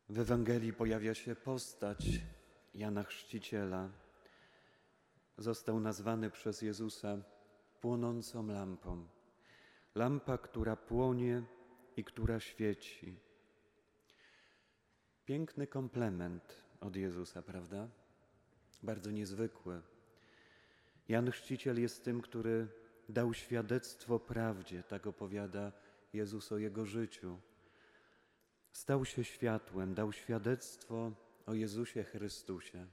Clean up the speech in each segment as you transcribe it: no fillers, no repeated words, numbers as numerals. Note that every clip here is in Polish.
W Ewangelii pojawia się postać Jana Chrzciciela. Został nazwany przez Jezusa płonącą lampą. Lampa, która płonie i która świeci. Piękny komplement od Jezusa, prawda? Bardzo niezwykły. Jan Chrzciciel jest tym, który dał świadectwo prawdzie, tak opowiada Jezus o Jego życiu. Stał się światłem, dał świadectwo o Jezusie Chrystusie.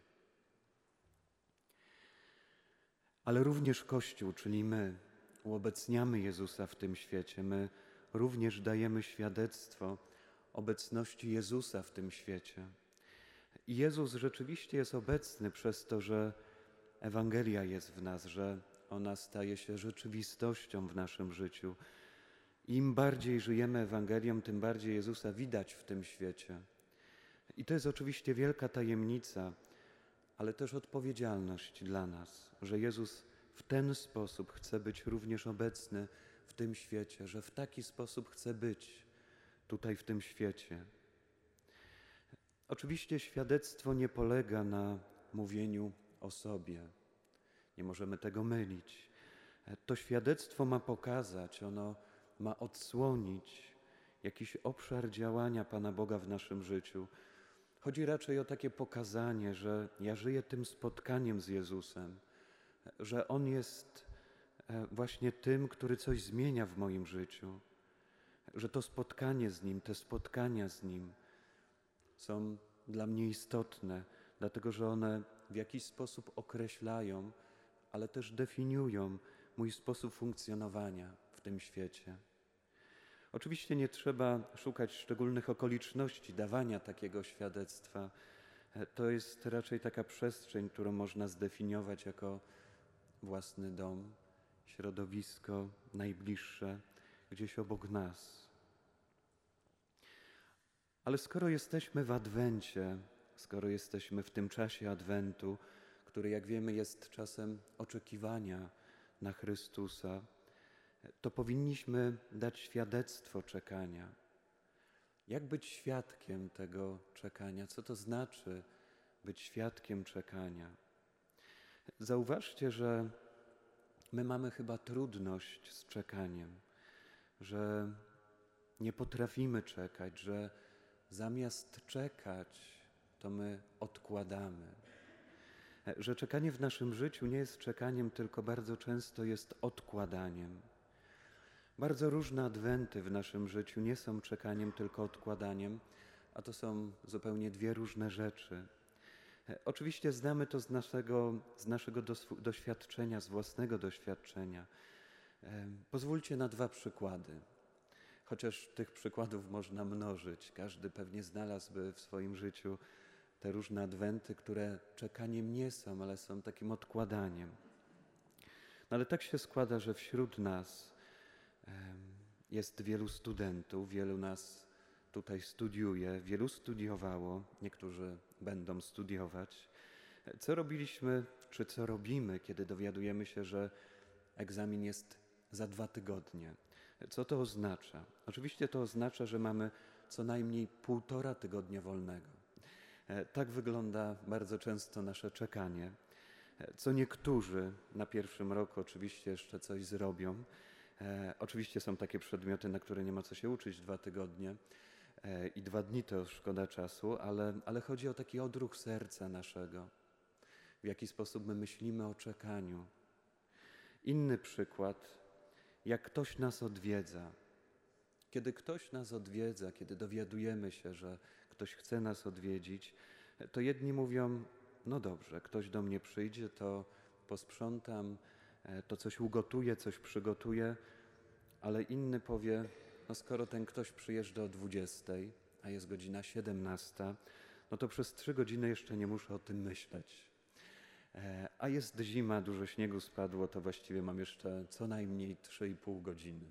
Ale również Kościół, czyli my, uobecniamy Jezusa w tym świecie. My również dajemy świadectwo obecności Jezusa w tym świecie. I Jezus rzeczywiście jest obecny przez to, że Ewangelia jest w nas, że ona staje się rzeczywistością w naszym życiu. Im bardziej żyjemy Ewangelią, tym bardziej Jezusa widać w tym świecie. I to jest oczywiście wielka tajemnica, ale też odpowiedzialność dla nas, że Jezus w ten sposób chce być również obecny w tym świecie, że w taki sposób chce być tutaj w tym świecie. Oczywiście świadectwo nie polega na mówieniu o sobie. Nie możemy tego mylić. To świadectwo ma pokazać, ono ma odsłonić jakiś obszar działania Pana Boga w naszym życiu. Chodzi raczej o takie pokazanie, że ja żyję tym spotkaniem z Jezusem, że On jest właśnie tym, który coś zmienia w moim życiu, że to spotkanie z Nim, te spotkania z Nim są dla mnie istotne, dlatego że one w jakiś sposób określają, ale też definiują mój sposób funkcjonowania w tym świecie. Oczywiście nie trzeba szukać szczególnych okoliczności dawania takiego świadectwa. To jest raczej taka przestrzeń, którą można zdefiniować jako własny dom, środowisko najbliższe, gdzieś obok nas. Ale skoro jesteśmy w Adwencie, skoro jesteśmy w tym czasie Adwentu, który, jak wiemy, jest czasem oczekiwania na Chrystusa, to powinniśmy dać świadectwo czekania. Jak być świadkiem tego czekania? Co to znaczy być świadkiem czekania? Zauważcie, że my mamy chyba trudność z czekaniem, że nie potrafimy czekać, że zamiast czekać, to my odkładamy. Że czekanie w naszym życiu nie jest czekaniem, tylko bardzo często jest odkładaniem. Bardzo różne adwenty w naszym życiu nie są czekaniem, tylko odkładaniem, a to są zupełnie dwie różne rzeczy. Oczywiście znamy to z naszego doświadczenia, z własnego doświadczenia. Pozwólcie na dwa przykłady, chociaż tych przykładów można mnożyć. Każdy pewnie znalazłby w swoim życiu te różne adwenty, które czekaniem nie są, ale są takim odkładaniem. No ale tak się składa, że wśród nas jest wielu studentów, wielu nas tutaj studiuje, wielu studiowało, niektórzy będą studiować. Co robiliśmy, czy co robimy, kiedy dowiadujemy się, że egzamin jest za 2 tygodnie? Co to oznacza? Oczywiście to oznacza, że mamy co najmniej 1,5 tygodnia wolnego. Tak wygląda bardzo często nasze czekanie. Co niektórzy na pierwszym roku oczywiście jeszcze coś zrobią. Oczywiście są takie przedmioty, na które nie ma co się uczyć 2 tygodnie i 2 dni to szkoda czasu, ale chodzi o taki odruch serca naszego, w jaki sposób my myślimy o czekaniu. Inny przykład, jak ktoś nas odwiedza. Kiedy ktoś nas odwiedza, kiedy dowiadujemy się, że ktoś chce nas odwiedzić, to jedni mówią, no dobrze, ktoś do mnie przyjdzie, to posprzątam, to coś ugotuję, coś przygotuję, ale inny powie, no skoro ten ktoś przyjeżdża o 20, a jest godzina 17, no to przez 3 godziny jeszcze nie muszę o tym myśleć. A jest zima, dużo śniegu spadło, to właściwie mam jeszcze co najmniej 3,5 godziny.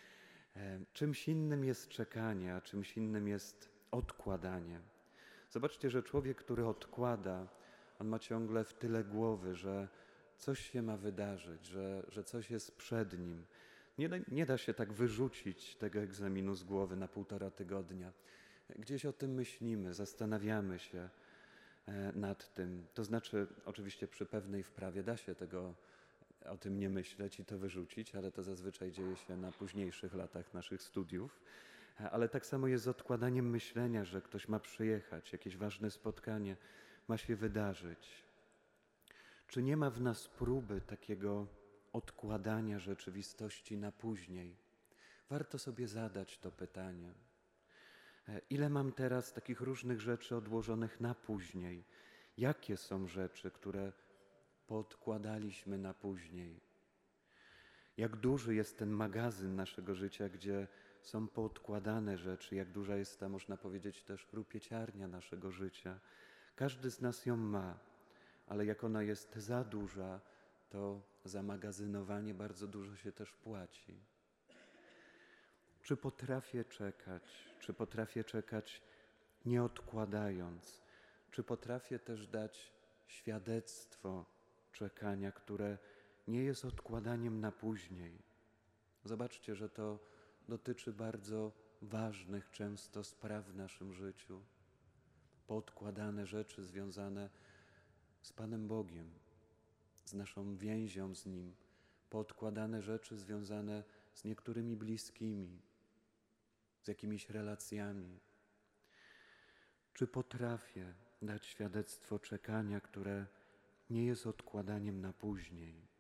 Czymś innym jest czekanie, a czymś innym jest odkładanie. Zobaczcie, że człowiek, który odkłada, on ma ciągle w tyle głowy, że coś się ma wydarzyć, że coś jest przed nim. Nie da się tak wyrzucić tego egzaminu z głowy na 1,5 tygodnia. gdzieś o tym myślimy, zastanawiamy się nad tym. To znaczy, oczywiście przy pewnej wprawie da się o tym nie myśleć i to wyrzucić, ale to zazwyczaj dzieje się na późniejszych latach naszych studiów. Ale tak samo jest z odkładaniem myślenia, że ktoś ma przyjechać, jakieś ważne spotkanie ma się wydarzyć. Czy nie ma w nas próby takiego odkładania rzeczywistości na później? Warto sobie zadać to pytanie. Ile mam teraz takich różnych rzeczy odłożonych na później? Jakie są rzeczy, które podkładaliśmy na później? Jak duży jest ten magazyn naszego życia, gdzie są poodkładane rzeczy, jak duża jest ta, można powiedzieć, też rupieciarnia naszego życia. Każdy z nas ją ma, ale jak ona jest za duża, to za magazynowanie bardzo dużo się też płaci. Czy potrafię czekać? Czy potrafię czekać nie odkładając? Czy potrafię też dać świadectwo czekania, które nie jest odkładaniem na później? Zobaczcie, że to dotyczy bardzo ważnych często spraw w naszym życiu. Poodkładane rzeczy związane z Panem Bogiem, z naszą więzią z Nim. Poodkładane rzeczy związane z niektórymi bliskimi, z jakimiś relacjami. Czy potrafię dać świadectwo czekania, które nie jest odkładaniem na później?